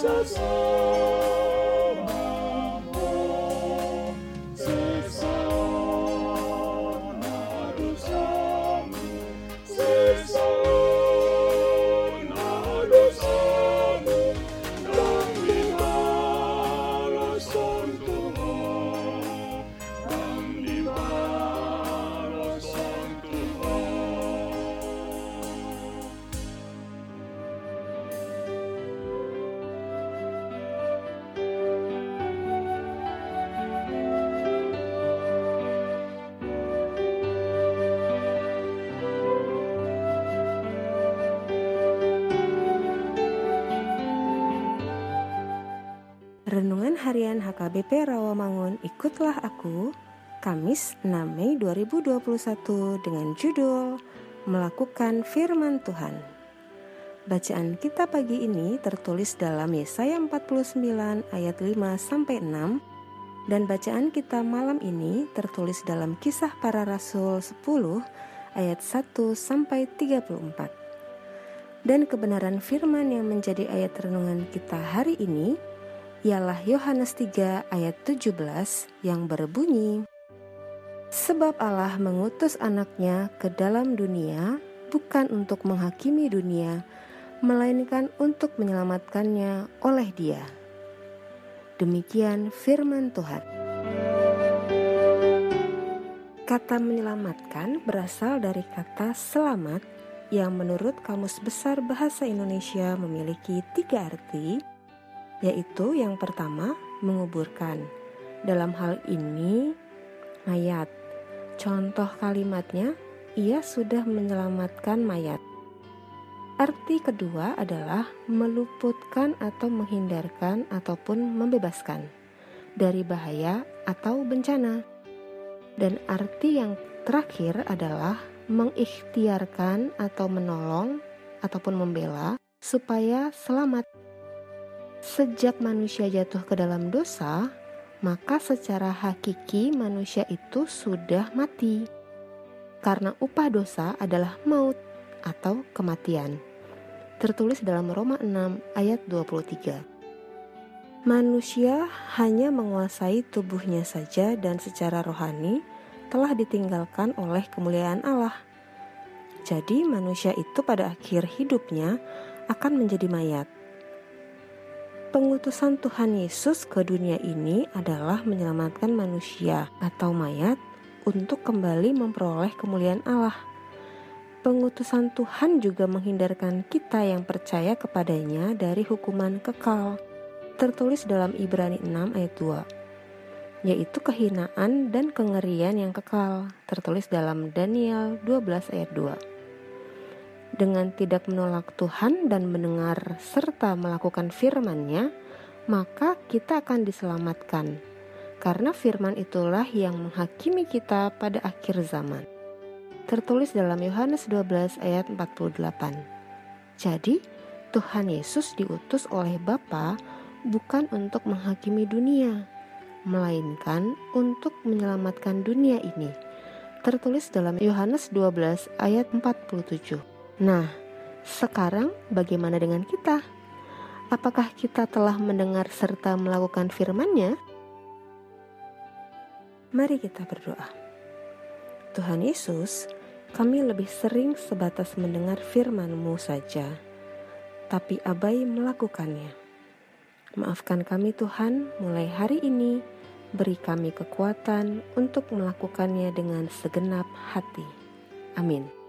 bersamamu, sesana dosamu, sesana dosamu, dan dibalas Tuhan, dan dibalas Tuhan. Renungan Harian HKBP Rawamangun, Ikutlah Aku, Kamis 6 Mei 2021 dengan judul Melakukan Firman Tuhan. Bacaan kita pagi ini tertulis dalam Yesaya 49 ayat 5-6 dan bacaan kita malam ini tertulis dalam Kisah Para Rasul 10 ayat 1-34. Dan kebenaran firman yang menjadi ayat renungan kita hari ini ialah Yohanes 3 ayat 17 yang berbunyi, sebab Allah mengutus anaknya ke dalam dunia bukan untuk menghakimi dunia, melainkan untuk menyelamatkannya oleh Dia. Demikian firman Tuhan. Kata menyelamatkan berasal dari kata selamat yang menurut Kamus Besar Bahasa Indonesia memiliki 3 arti, yaitu yang pertama, menguburkan. Dalam hal ini, mayat. Contoh kalimatnya, ia sudah menyelamatkan mayat. Arti kedua adalah meluputkan atau menghindarkan ataupun membebaskan dari bahaya atau bencana. Dan arti yang terakhir adalah mengikhtiarkan atau menolong ataupun membela supaya selamat. Sejak manusia jatuh ke dalam dosa, maka secara hakiki manusia itu sudah mati. Karena upah dosa adalah maut atau kematian. Tertulis dalam Roma 6 ayat 23. Manusia hanya menguasai tubuhnya saja dan secara rohani telah ditinggalkan oleh kemuliaan Allah. Jadi manusia itu pada akhir hidupnya akan menjadi mayat. Pengutusan Tuhan Yesus ke dunia ini adalah menyelamatkan manusia atau mayat untuk kembali memperoleh kemuliaan Allah. Pengutusan Tuhan juga menghindarkan kita yang percaya kepadanya dari hukuman kekal. Tertulis dalam Ibrani 6 ayat 2, yaitu kehinaan dan kengerian yang kekal. Tertulis dalam Daniel 12 ayat 2. Dengan tidak menolak Tuhan dan mendengar serta melakukan firman-Nya, maka kita akan diselamatkan. Karena firman itulah yang menghakimi kita pada akhir zaman. Tertulis dalam Yohanes 12 ayat 48. Jadi, Tuhan Yesus diutus oleh Bapa bukan untuk menghakimi dunia, melainkan untuk menyelamatkan dunia ini. Tertulis dalam Yohanes 12 ayat 47. Nah, sekarang bagaimana dengan kita? Apakah kita telah mendengar serta melakukan firman-Nya? Mari kita berdoa. Tuhan Yesus, kami lebih sering sebatas mendengar firman-Mu saja, tapi abai melakukannya. Maafkan kami Tuhan, mulai hari ini, beri kami kekuatan untuk melakukannya dengan segenap hati. Amin.